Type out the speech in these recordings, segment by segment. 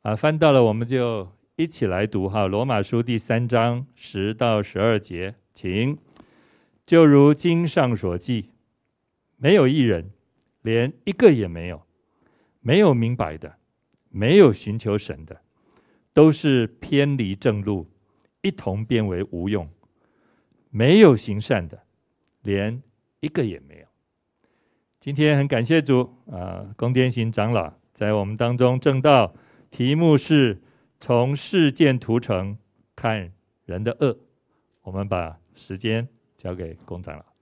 翻到了我们就一起来读哈，罗马书第3章10到12节，请。就如经上所记，没有一人，连一个也没有，没有明白的，没有寻求神的，都是偏离正路，一同变为无用，没有行善的，连一个也没有。今天很感谢主龚天行长老在我们当中证道，题目是从事件图成看人的恶。我们把时间交给龚长老。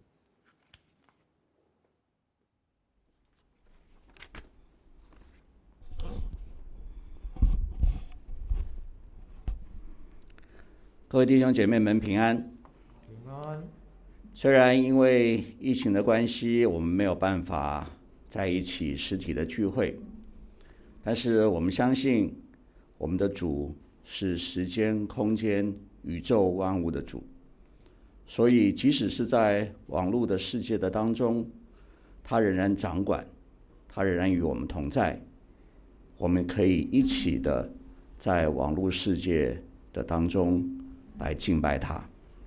各位弟兄姐妹们平安。 平安。 虽然因为疫情的关系，我们没有办法在一起实体的聚会，但是我们相信我们的主是时间、空间、宇宙万物的主，所以即使是在网络的世界的当中，他仍然掌管，他仍然与我们同在，我们可以一起的在网络世界的当中来敬拜他。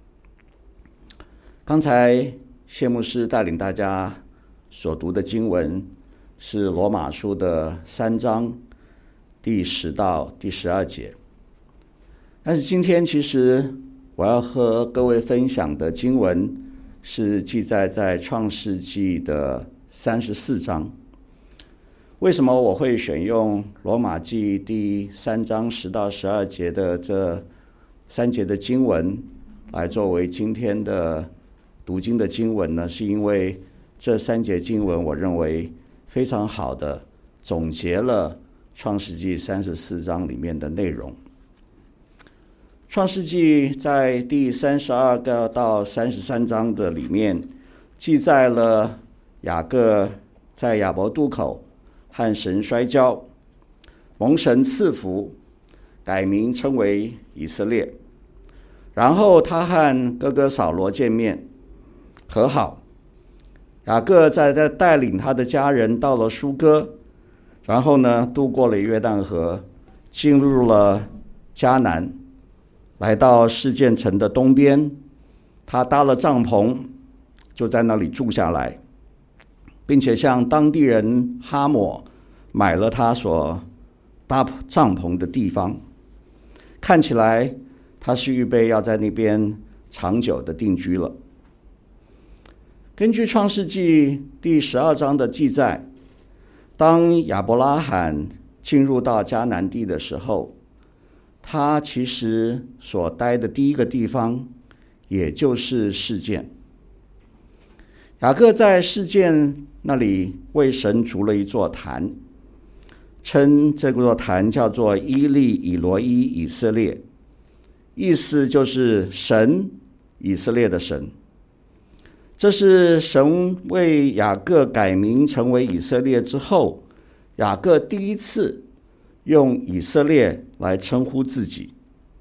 刚才谢牧师带领大家所读的经文是罗马书的3章第10到第12节，但是今天其实我要和各位分享的经文是记载在创世纪的34章。为什么我会选用罗马记第3章10到12节的这3节的经文来作为今天的读经的经文呢？是因为这3节经文我认为非常好的总结了创世纪34章里面的内容。创世纪在第32个到33章的里面记载了雅各在亚伯渡口和神摔跤，蒙神赐福，改名称为以色列。然后他和哥哥扫罗见面和好，雅各在带领他的家人到了舒哥，然后呢渡过了约旦河，进入了迦南，来到示剑城的东边，他搭了帐篷，就在那里住下来，并且向当地人哈抹买了他所搭帐篷的地方，看起来他是预备要在那边长久的定居了。根据创世纪第12章的记载，当亚伯拉罕进入到迦南地的时候，他其实所待的第一个地方也就是示剑。雅各在示剑那里为神筑了一座坛，称这座坛叫做伊利以罗伊以色列，意思就是神，以色列的神。这是神为雅各改名成为以色列之后，雅各第一次用以色列来称呼自己。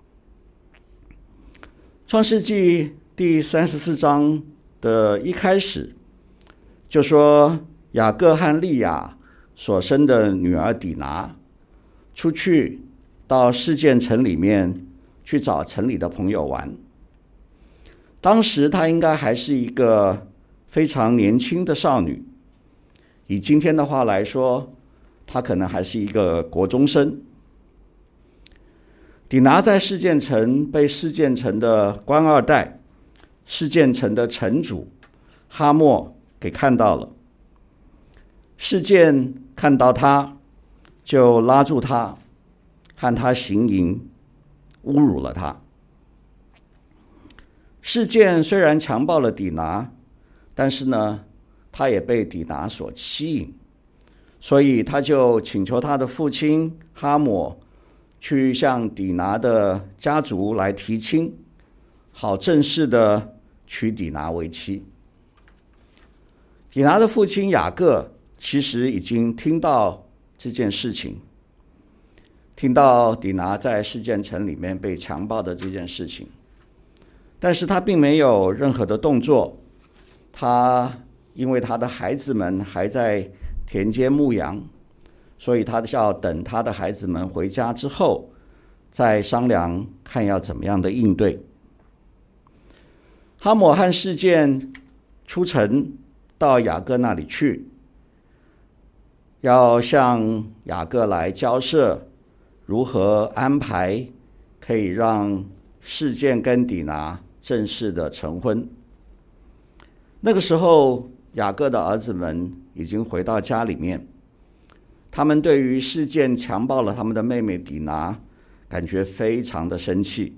创世纪第34章的一开始就说，雅各和利亚所生的女儿底拿出去到示剑城里面去找城里的朋友玩。当时她应该还是一个非常年轻的少女，以今天的话来说，她可能还是一个国中生。底拿在示剑城被示剑城的官二代、示剑城的城主哈抹给看到了。示剑看到他，就拉住他，和他行淫，侮辱了他。示剑虽然强暴了底拿，但是呢，他也被底拿所吸引，所以他就请求他的父亲哈抹去向底拿的家族来提亲，好正式的娶底拿为妻。底拿的父亲雅各其实已经听到这件事情，听到底拿在示剑城里面被强暴的这件事情，但是他并没有任何的动作。他因为他的孩子们还在田间牧羊， 所以他要等他的孩子们回家之后，再商量看要怎么样的应对。哈抹和示剑出城到雅各那里去，要向雅各来交涉如何安排可以让示剑跟底拿正式的成婚。那个时候，雅各的儿子们已经回到家里面，他们对于示剑强暴了他们的妹妹底拿，感觉非常的生气。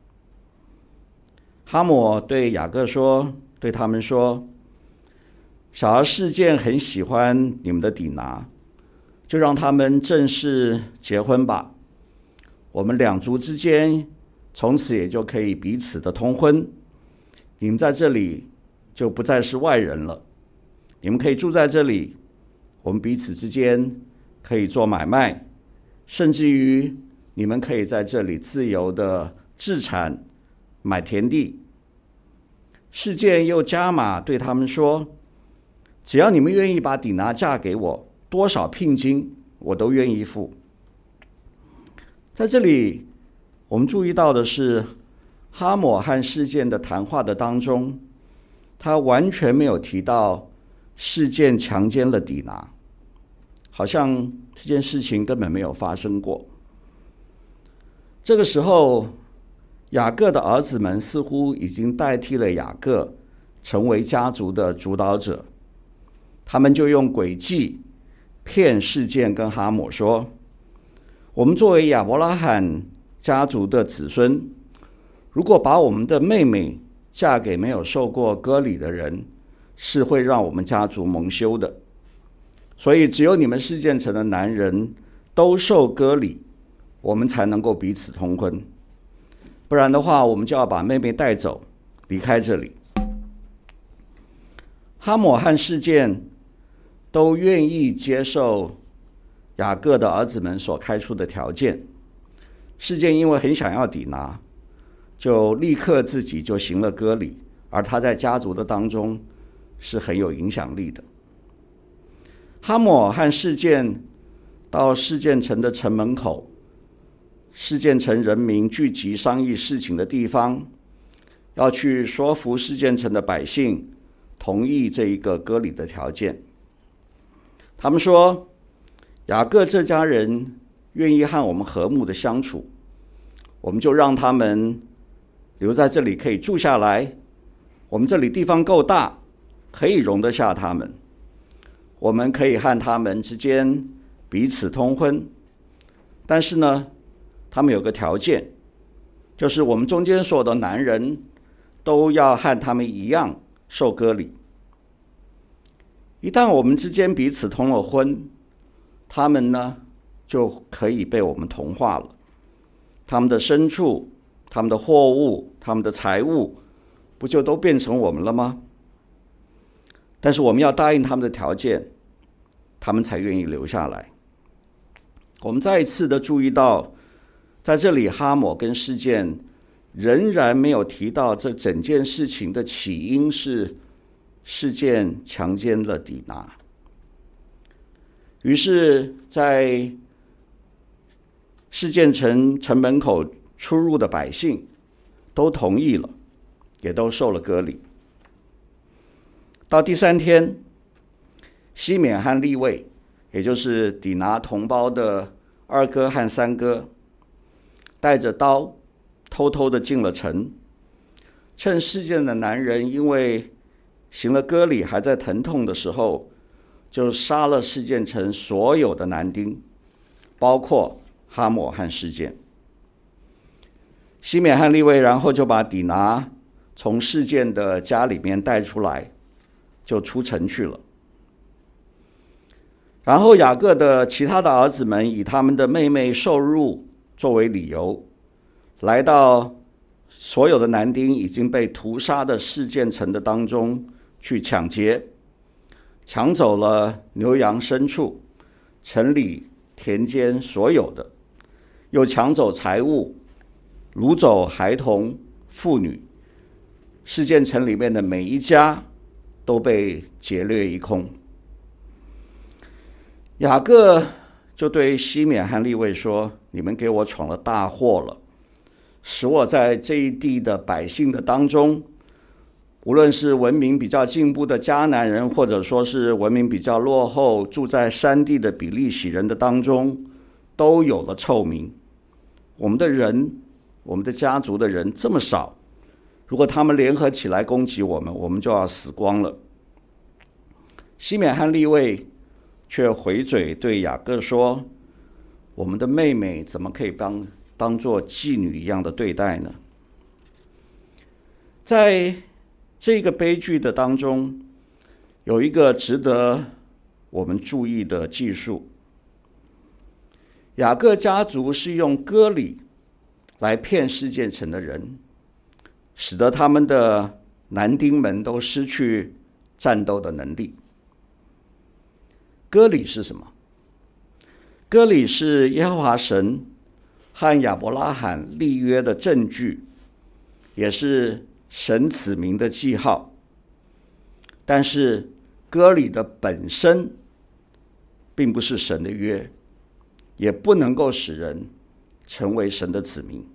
哈抹对雅各说，对他们说，小儿示剑很喜欢你们的底拿，就让他们正式结婚吧，我们两族之间从此也就可以彼此的通婚，你们在这里就不再是外人了，你们可以住在这里，我们彼此之间可以做买卖，甚至于你们可以在这里自由的置产买田地。示剑又加码对他们说，只要你们愿意把底拿嫁给我，多少聘金我都愿意付。在这里我们注意到的是，哈抹和示剑的谈话的当中，他完全没有提到示剑强奸了底拿，好像这件事情根本没有发生过。这个时候，雅各的儿子们似乎已经代替了雅各成为家族的主导者，他们就用诡计骗示剑跟哈抹说，我们作为亚伯拉罕家族的子孙，如果把我们的妹妹嫁给没有受过割礼的人，是会让我们家族蒙羞的，所以只有你们示剑城的男人都受割礼，我们才能够彼此通婚，不然的话我们就要把妹妹带走，离开这里。哈抹和示剑都愿意接受雅各的儿子们所开出的条件。示剑因为很想要底拿，就立刻自己就行了割礼，而他在家族的当中是很有影响力的。哈抹和示剑到示剑城的城门口，示剑城人民聚集商议事情的地方，要去说服示剑城的百姓同意这一个割礼的条件。他们说，雅各这家人愿意和我们和睦的相处，我们就让他们留在这里可以住下来，我们这里地方够大，可以容得下他们，我们可以和他们之间彼此通婚。但是呢，他们有个条件，就是我们中间所有的男人都要和他们一样受割礼。一旦我们之间彼此通了婚，他们呢就可以被我们同化了，他们的牲畜、他们的货物、他们的财物，不就都变成我们了吗？但是我们要答应他们的条件，他们才愿意留下来。我们再一次的注意到，在这里哈抹跟示剑仍然没有提到这整件事情的起因是示剑强奸了底拿。于是在示剑城门口出入的百姓都同意了，也都受了割礼。到第3天，西缅和利未，也就是底拿同胞的2哥和3哥，带着刀偷偷的进了城，趁示剑的男人因为行了割礼还在疼痛的时候，就杀了示剑城所有的男丁，包括哈抹和示剑。西缅和利未然后就把底拿从示剑的家里面带出来，就出城去了。然后雅各的其他的儿子们以他们的妹妹受辱作为理由，来到所有的男丁已经被屠杀的示剑城的当中去抢劫，抢走了牛羊牲畜，城里田间所有的，又抢走财物，掳走孩童妇女，示剑城里面的每一家都被劫掠一空。雅各就对西缅和利未说：你们给我闯了大祸了，使我在这一地的百姓的当中，无论是文明比较进步的迦南人，或者说是文明比较落后住在山地的比利洗人的当中，都有了臭名。我们的人，我们的家族的人这么少，如果他们联合起来攻击我们，我们就要死光了。西缅和利未却回嘴对雅各说：我们的妹妹怎么可以当作妓女一样的对待呢？在这个悲剧的当中，有一个值得我们注意的记述。雅各家族是用割礼来骗示剑城的人，使得他们的男丁们都失去战斗的能力。割礼是什么？割礼是耶和华神和亚伯拉罕立约的证据，也是神子民的记号。但是割礼的本身并不是神的约，也不能够使人成为神的子民。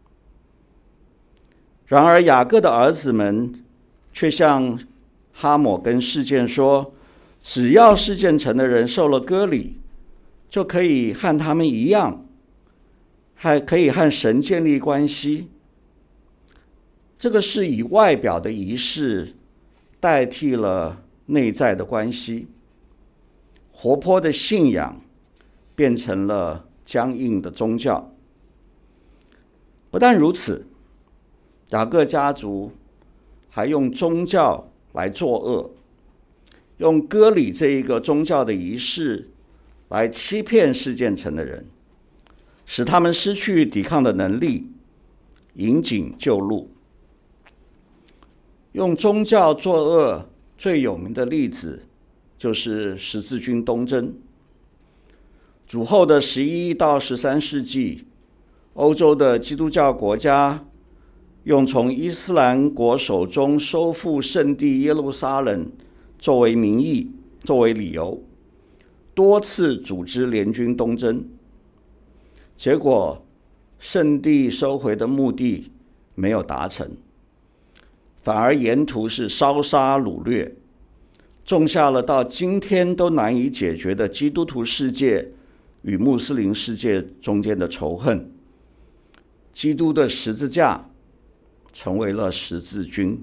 然而雅各的儿子们却向哈抹跟示剑说，只要示剑城的人受了割礼，就可以和他们一样，还可以和神建立关系。这个是以外表的仪式代替了内在的关系，活泼的信仰变成了僵硬的宗教。不但如此，雅各家族还用宗教来作恶，用割礼这一个宗教的仪式来欺骗示剑城的人，使他们失去抵抗的能力，引颈就戮。用宗教作恶最有名的例子就是十字军东征。主后的11到13世纪，欧洲的基督教国家用从伊斯兰国手中收复圣地耶路撒冷作为名义，作为理由，多次组织联军东征。结果圣地收回的目的没有达成，反而沿途是烧杀掳掠，种下了到今天都难以解决的基督徒世界与穆斯林世界中间的仇恨。基督的十字架成为了十字军。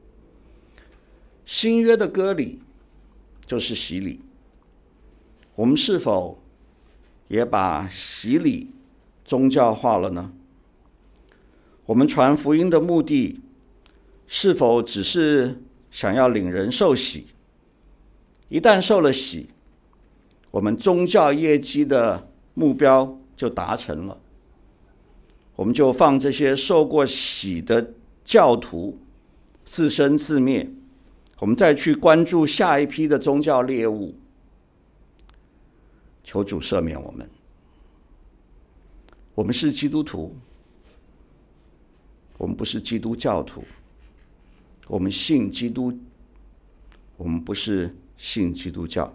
新约的割礼就是洗礼，我们是否也把洗礼宗教化了呢？我们传福音的目的是否只是想要领人受洗？一旦受了洗，我们宗教业绩的目标就达成了，我们就放这些受过洗的教徒自生自灭，我们再去关注下一批的宗教猎物。求主赦免我们。我们是基督徒，我们不是基督教徒。我们信基督，我们不是信基督教。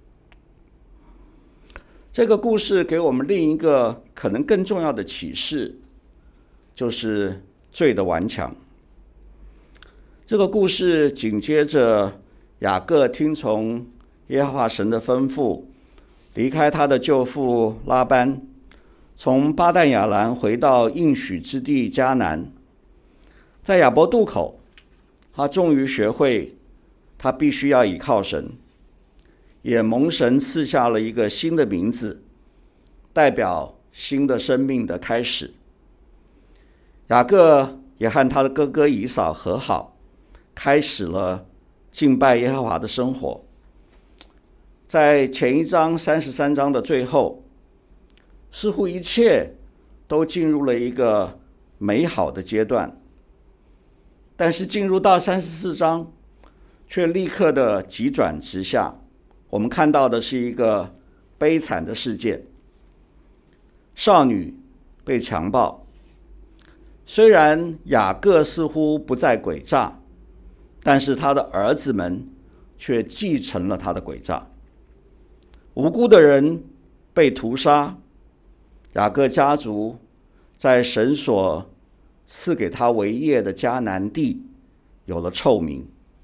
这个故事给我们另一个可能更重要的启示，就是罪的顽强。这个故事紧接着雅各听从耶和华神的吩咐，离开他的舅父拉班，从巴旦亚兰回到应许之地迦南。在亚伯渡口，他终于学会他必须要倚靠神，也蒙神赐下了一个新的名字，代表新的生命的开始。雅各也和他的哥哥以扫和好，开始了敬拜耶和华的生活。在前一章33章的最后，似乎一切都进入了一个美好的阶段，但是进入到34章却立刻的急转直下。我们看到的是一个悲惨的事件，少女被强暴。虽然雅各似乎不再诡诈，但是他的儿子们却继承了他的诡诈。无辜的人被屠杀，雅各家族在神所赐给他为业的迦南地有了臭名。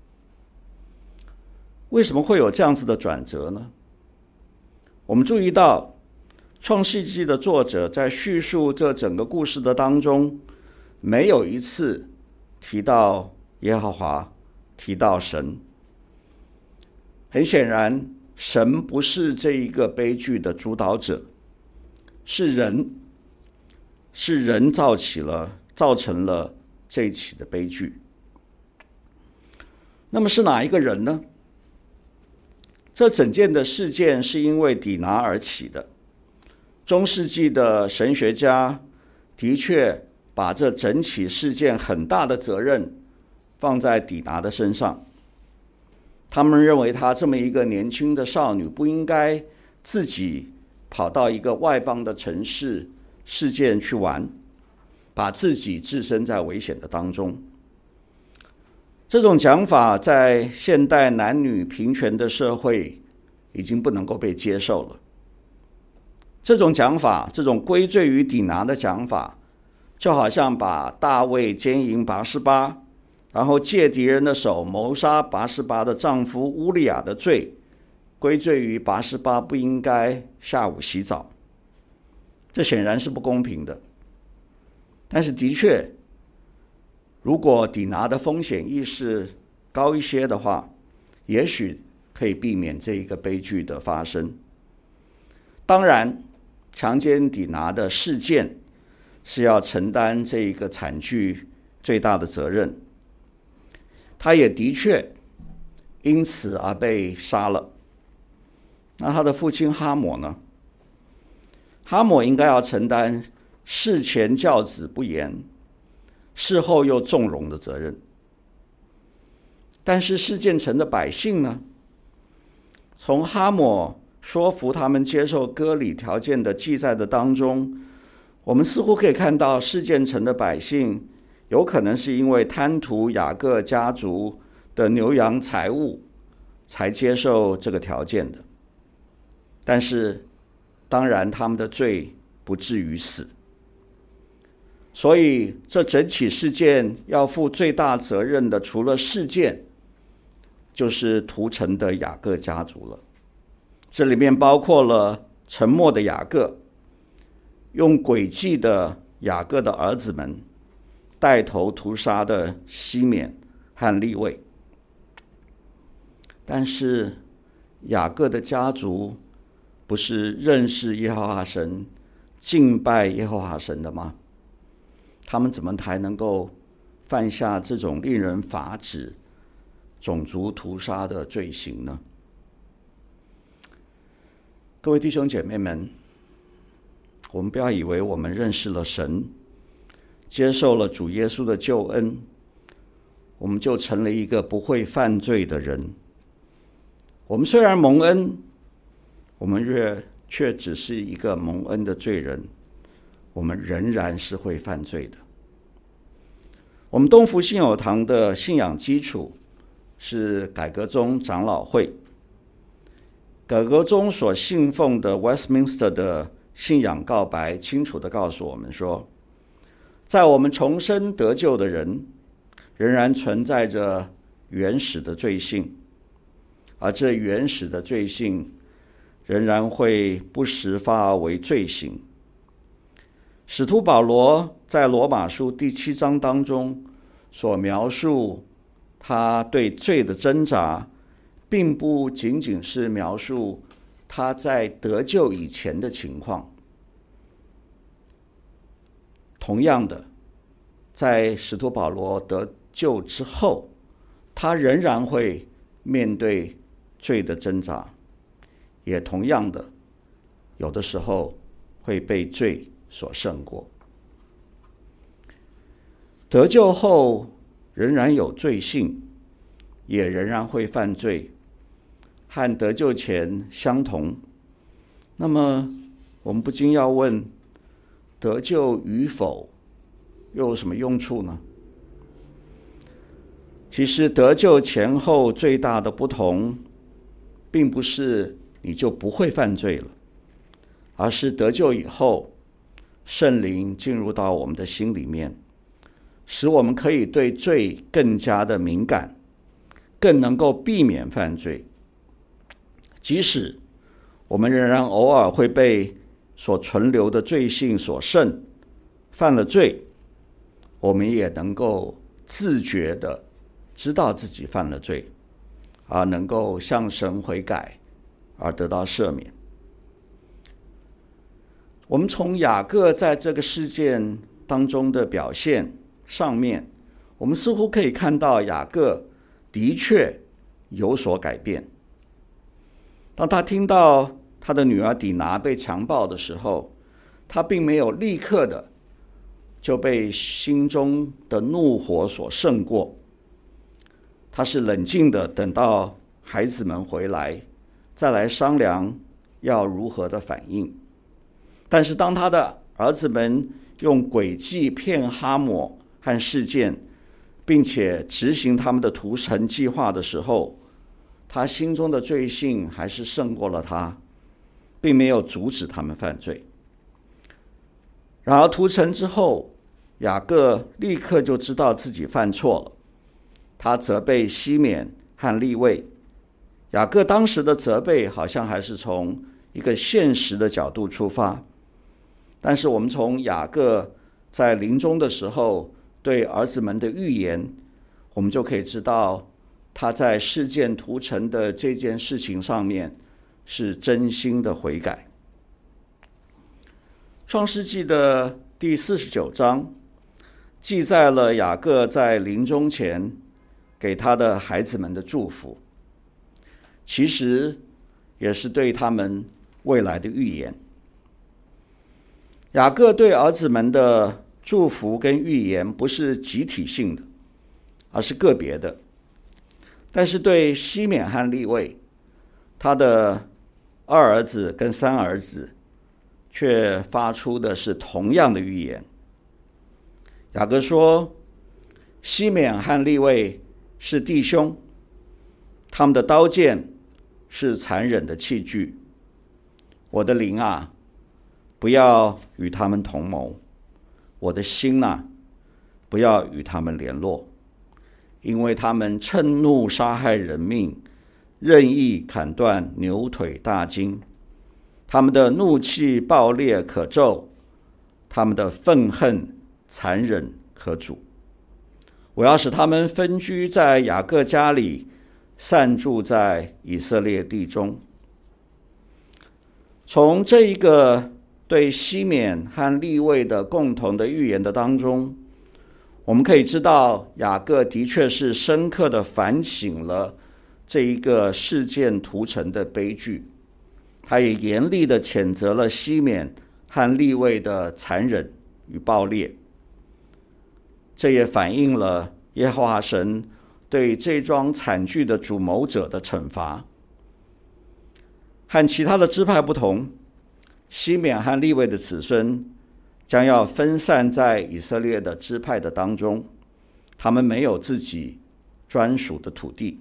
为什么会有这样子的转折呢？我们注意到创世纪的作者在叙述这整个故事的当中，没有一次提到耶和华，提到神。很显然，神不是这一个悲剧的主导者，是人造成了这一起的悲剧。那么是哪一个人呢？这整件的事件是因为底拿而起的。中世纪的神学家的确把这整起事件很大的责任放在底拿的身上。他们认为她这么一个年轻的少女不应该自己跑到一个外邦的城市事件去玩，把自己置身在危险的当中。这种讲法在现代男女平权的社会已经不能够被接受了。这种讲法，这种归罪于底拿的讲法，就好像把大卫奸淫拔示巴，然后借敌人的手谋杀拔示巴的丈夫乌利亚的罪，归罪于拔示巴不应该下午洗澡。这显然是不公平的。但是的确，如果底拿的风险意识高一些的话，也许可以避免这一个悲剧的发生。当然，强奸底拿的事件是要承担这一个惨剧最大的责任。他也的确因此而被杀了。那他的父亲哈抹呢？哈抹应该要承担事前教子不严，事后又纵容的责任。但是事件城的百姓呢？从哈抹说服他们接受割礼条件的记载的当中，我们似乎可以看到事件城的百姓有可能是因为贪图雅各家族的牛羊财物才接受这个条件的。但是当然他们的罪不至于死。所以这整起事件要负最大责任的，除了事件，就是屠城的雅各家族了。这里面包括了沉默的雅各，用诡计的雅各的儿子们，带头屠杀的西缅和利未。但是雅各的家族不是认识耶和华神、敬拜耶和华神的吗？他们怎么才能够犯下这种令人发指、种族屠杀的罪行呢？各位弟兄姐妹们，我们不要以为我们认识了神，接受了主耶稣的救恩，我们就成了一个不会犯罪的人。我们虽然蒙恩，我们却只是一个蒙恩的罪人，我们仍然是会犯罪的。我们东福信友堂的信仰基础是改革宗长老会。改革宗所信奉的 Westminster 的信仰告白清楚地告诉我们说，在我们重生得救的人仍然存在着原始的罪性，而这原始的罪性仍然会不时发为罪行。使徒保罗在罗马书第7章当中所描述他对罪的挣扎，并不仅仅是描述他在得救以前的情况。同样的，在使徒保罗得救之后，他仍然会面对罪的挣扎，也同样的，有的时候会被罪所胜过。得救后仍然有罪性，也仍然会犯罪，和得救前相同。那么我们不禁要问，得救与否又有什么用处呢？其实得救前后最大的不同，并不是你就不会犯罪了， 而是得救以后，圣灵进入到我们的心里面，使我们可以对罪更加的敏感，更能够避免犯罪。即使我们仍然偶尔会被所存留的罪性所胜，犯了罪，我们也能够自觉的知道自己犯了罪，而能够向神悔改，而得到赦免。我们从雅各在这个事件当中的表现上面，我们似乎可以看到雅各的确有所改变。当他听到他的女儿底拿被强暴的时候，他并没有立刻的就被心中的怒火所胜过，他是冷静的等到孩子们回来，再来商量要如何的反应。但是当他的儿子们用诡计骗哈抹和事件，并且执行他们的屠城计划的时候，他心中的罪性还是胜过了他，并没有阻止他们犯罪。然而屠城之后，雅各立刻就知道自己犯错了，他责备西缅和利未。雅各当时的责备好像还是从一个现实的角度出发，但是我们从雅各在临终的时候对儿子们的预言，我们就可以知道他在事件屠城的这件事情上面是真心的悔改。创世纪的第49章记载了雅各在临终前给他的孩子们的祝福，其实也是对他们未来的预言。雅各对儿子们的祝福跟预言不是集体性的，而是个别的。但是对西缅和利未，他的二儿子跟三儿子却发出的是同样的预言。雅各说，西缅和利未是弟兄，他们的刀剑是残忍的器具，我的灵啊，不要与他们同谋，我的心啊，不要与他们联络，因为他们趁怒杀害人命，任意砍断牛腿大筋，他们的怒气暴烈可咒，他们的愤恨残忍可阻。我要使他们分居在雅各家里，散住在以色列地中。从这一个对西缅和利未的共同的预言的当中，我们可以知道雅各的确是深刻的反省了这一个事件屠城的悲剧，他也严厉的谴责了西缅和利未的残忍与暴烈。这也反映了耶和华神对这桩惨剧的主谋者的惩罚。和其他的支派不同，西缅和利未的子孙将要分散在以色列的支派的当中，他们没有自己专属的土地。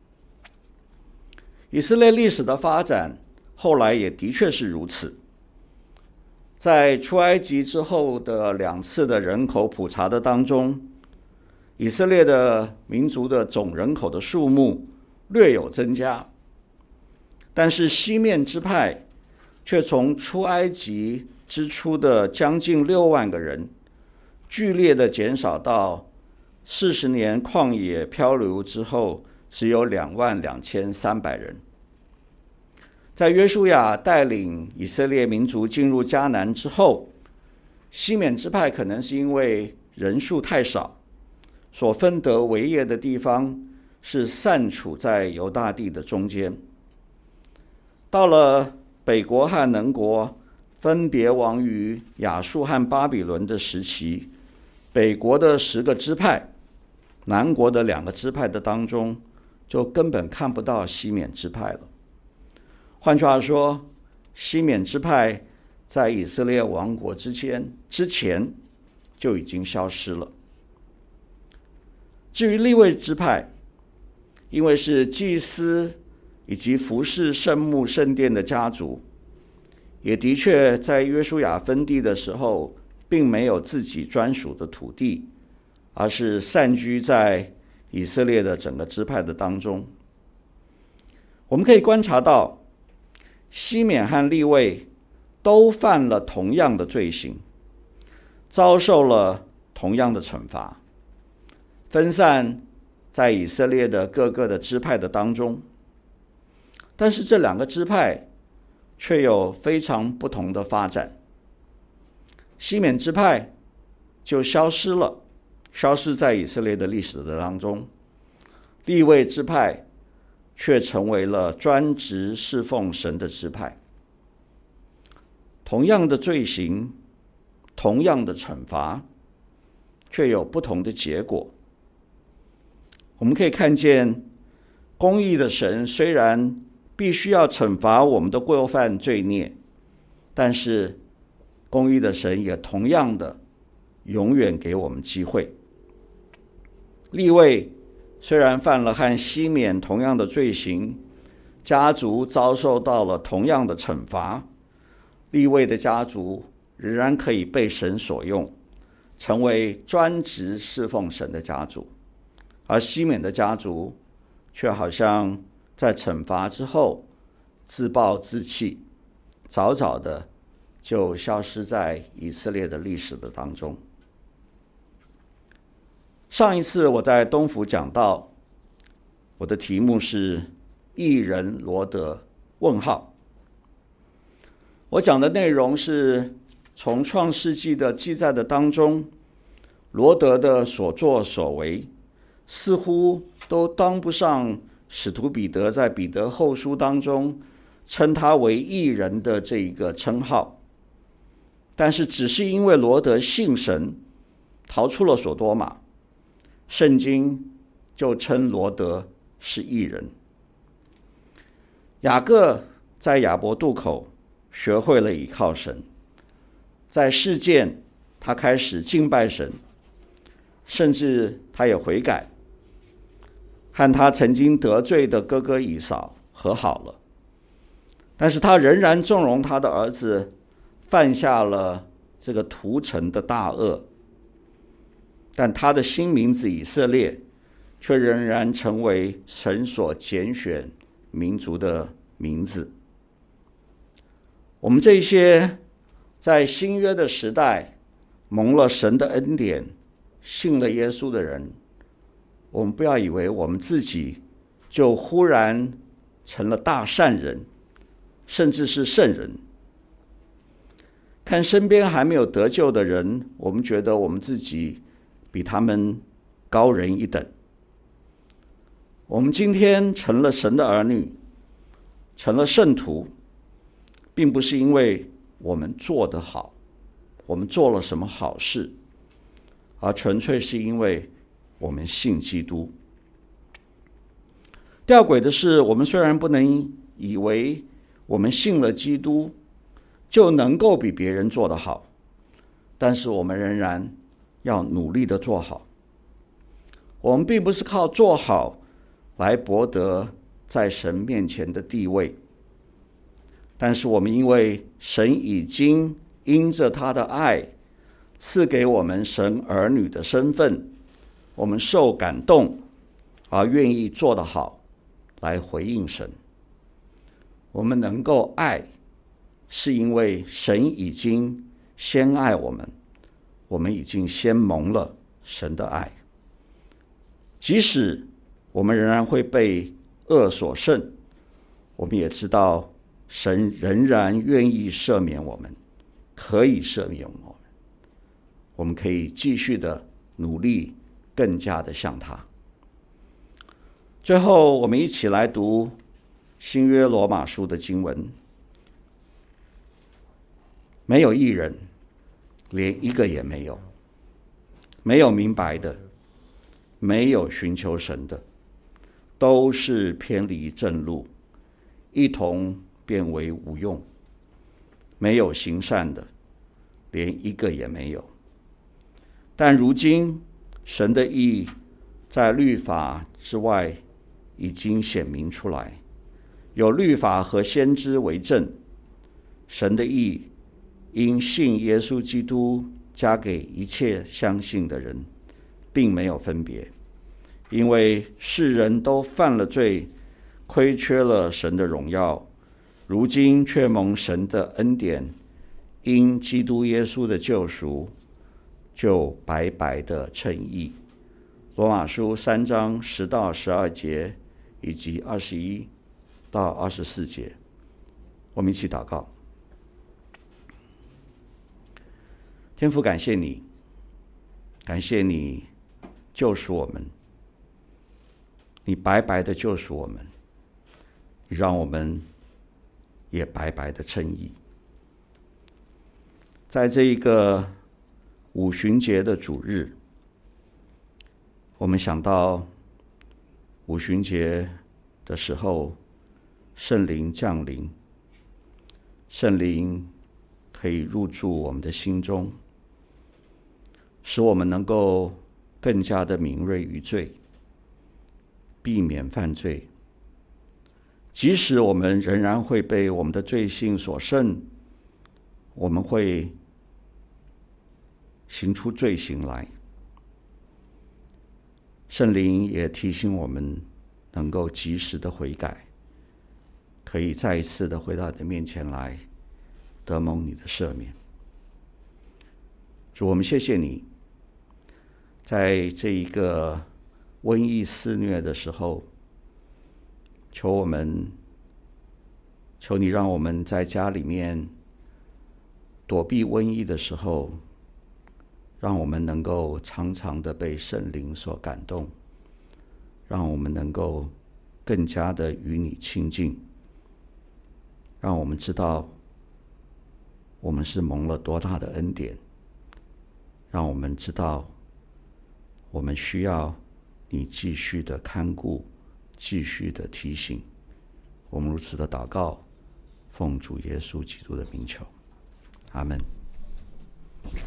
以色列历史的发展后来也的确是如此。在出埃及之后的2次的人口普查的当中，以色列的民族的总人口的数目略有增加，但是西面支派却从出埃及之初的将近6万个人，剧烈的减少到40年旷野漂流之后只有22300人。在约书亚带领以色列民族进入迦南之后，西缅支派可能是因为人数太少，所分得为业的地方是散处在犹大地的中间。到了北国和南国分别亡于亚述和巴比伦的时期，北国的10个支派，南国的2个支派的当中，就根本看不到西缅支派了。换句话说，西缅支派在以色列王国之前就已经消失了。至于利未支派，因为是祭司以及服侍圣幕圣殿的家族， 也的确在约书亚分地的时候，并没有自己专属的土地，而是散居在以色列的整个支派的当中。我们可以观察到，西缅和利未都犯了同样的罪行，遭受了同样的惩罚，分散在以色列的各个的支派的当中。但是这两个支派却有非常不同的发展。西缅支派就消失了，消失在以色列的历史的当中。利未支派却成为了专职侍奉神的支派。同样的罪行，同样的惩罚，却有不同的结果。我们可以看见，公义的神虽然必须要惩罚我们的过犯罪孽，但是公义的神也同样的永远给我们机会。利未虽然犯了和西缅同样的罪行，家族遭受到了同样的惩罚，利未的家族仍然可以被神所用，成为专职侍奉神的家族，而西缅的家族却好像在惩罚之后自暴自弃，早早的就消失在以色列的历史的当中。上一次我在东福讲到，我的题目是义人罗德？我讲的内容是从创世纪的记载的当中，罗德的所作所为似乎都当不上使徒彼得在彼得后书当中称他为义人的这一个称号，但是只是因为罗德信神，逃出了所多玛，圣经就称罗德是义人。雅各在雅博渡口学会了倚靠神，在事件他开始敬拜神，甚至他也悔改，和他曾经得罪的哥哥以扫和好了，但是他仍然纵容他的儿子犯下了这个屠城的大恶，但他的新名字以色列却仍然成为神所拣选民族的名字。我们这些在新约的时代蒙了神的恩典，信了耶稣的人，我们不要以为我们自己就忽然成了大善人，甚至是圣人。看身边还没有得救的人，我们觉得我们自己比他们高人一等。我们今天成了神的儿女，成了圣徒，并不是因为我们做得好，我们做了什么好事，而纯粹是因为我们信基督。吊诡的是，我们虽然不能以为我们信了基督就能够比别人做得好，但是我们仍然要努力的做好。我们并不是靠做好来博得在神面前的地位，但是我们因为神已经因着他的爱赐给我们神儿女的身份，我们受感动而愿意做得好来回应神。我们能够爱，是因为神已经先爱我们，我们已经先蒙了神的爱。即使我们仍然会被恶所胜，我们也知道神仍然愿意赦免我们，可以赦免我们，我们可以继续的努力，更加的像他。最后，我们一起来读新约罗马书的经文。没有义人，连一个也没有，没有明白的，没有寻求神的，都是偏离正路，一同变为无用。没有行善的，连一个也没有。但如今神的义在律法之外已经显明出来，有律法和先知为证， 神的义因信耶稣基督加给一切相信的人，并没有分别，因为世人都犯了罪，亏缺了神的荣耀，如今却蒙神的恩典，因基督耶稣的救赎，就白白的称义。罗马书3章10到12节以及21到24节，我们一起祷告。天父，感谢你，感谢你救赎我们，你白白的救赎我们，你让我们也白白的称义。在这一个五旬节的主日，我们想到五旬节的时候，圣灵降临，圣灵可以入住我们的心中，使我们能够更加的敏锐于罪，避免犯罪。即使我们仍然会被我们的罪性所胜，我们会行出罪行来，圣灵也提醒我们能够及时的悔改，可以再一次的回到你的面前来，得蒙你的赦免。主，我们谢谢你，在这一个瘟疫肆虐的时候，求你让我们在家里面躲避瘟疫的时候，让我们能够常常的被圣灵所感动，让我们能够更加的与你亲近，让我们知道我们是蒙了多大的恩典，让我们知道我们需要你继续的看顾，继续的提醒。我们如此的祷告，奉主耶稣基督的名求，阿们。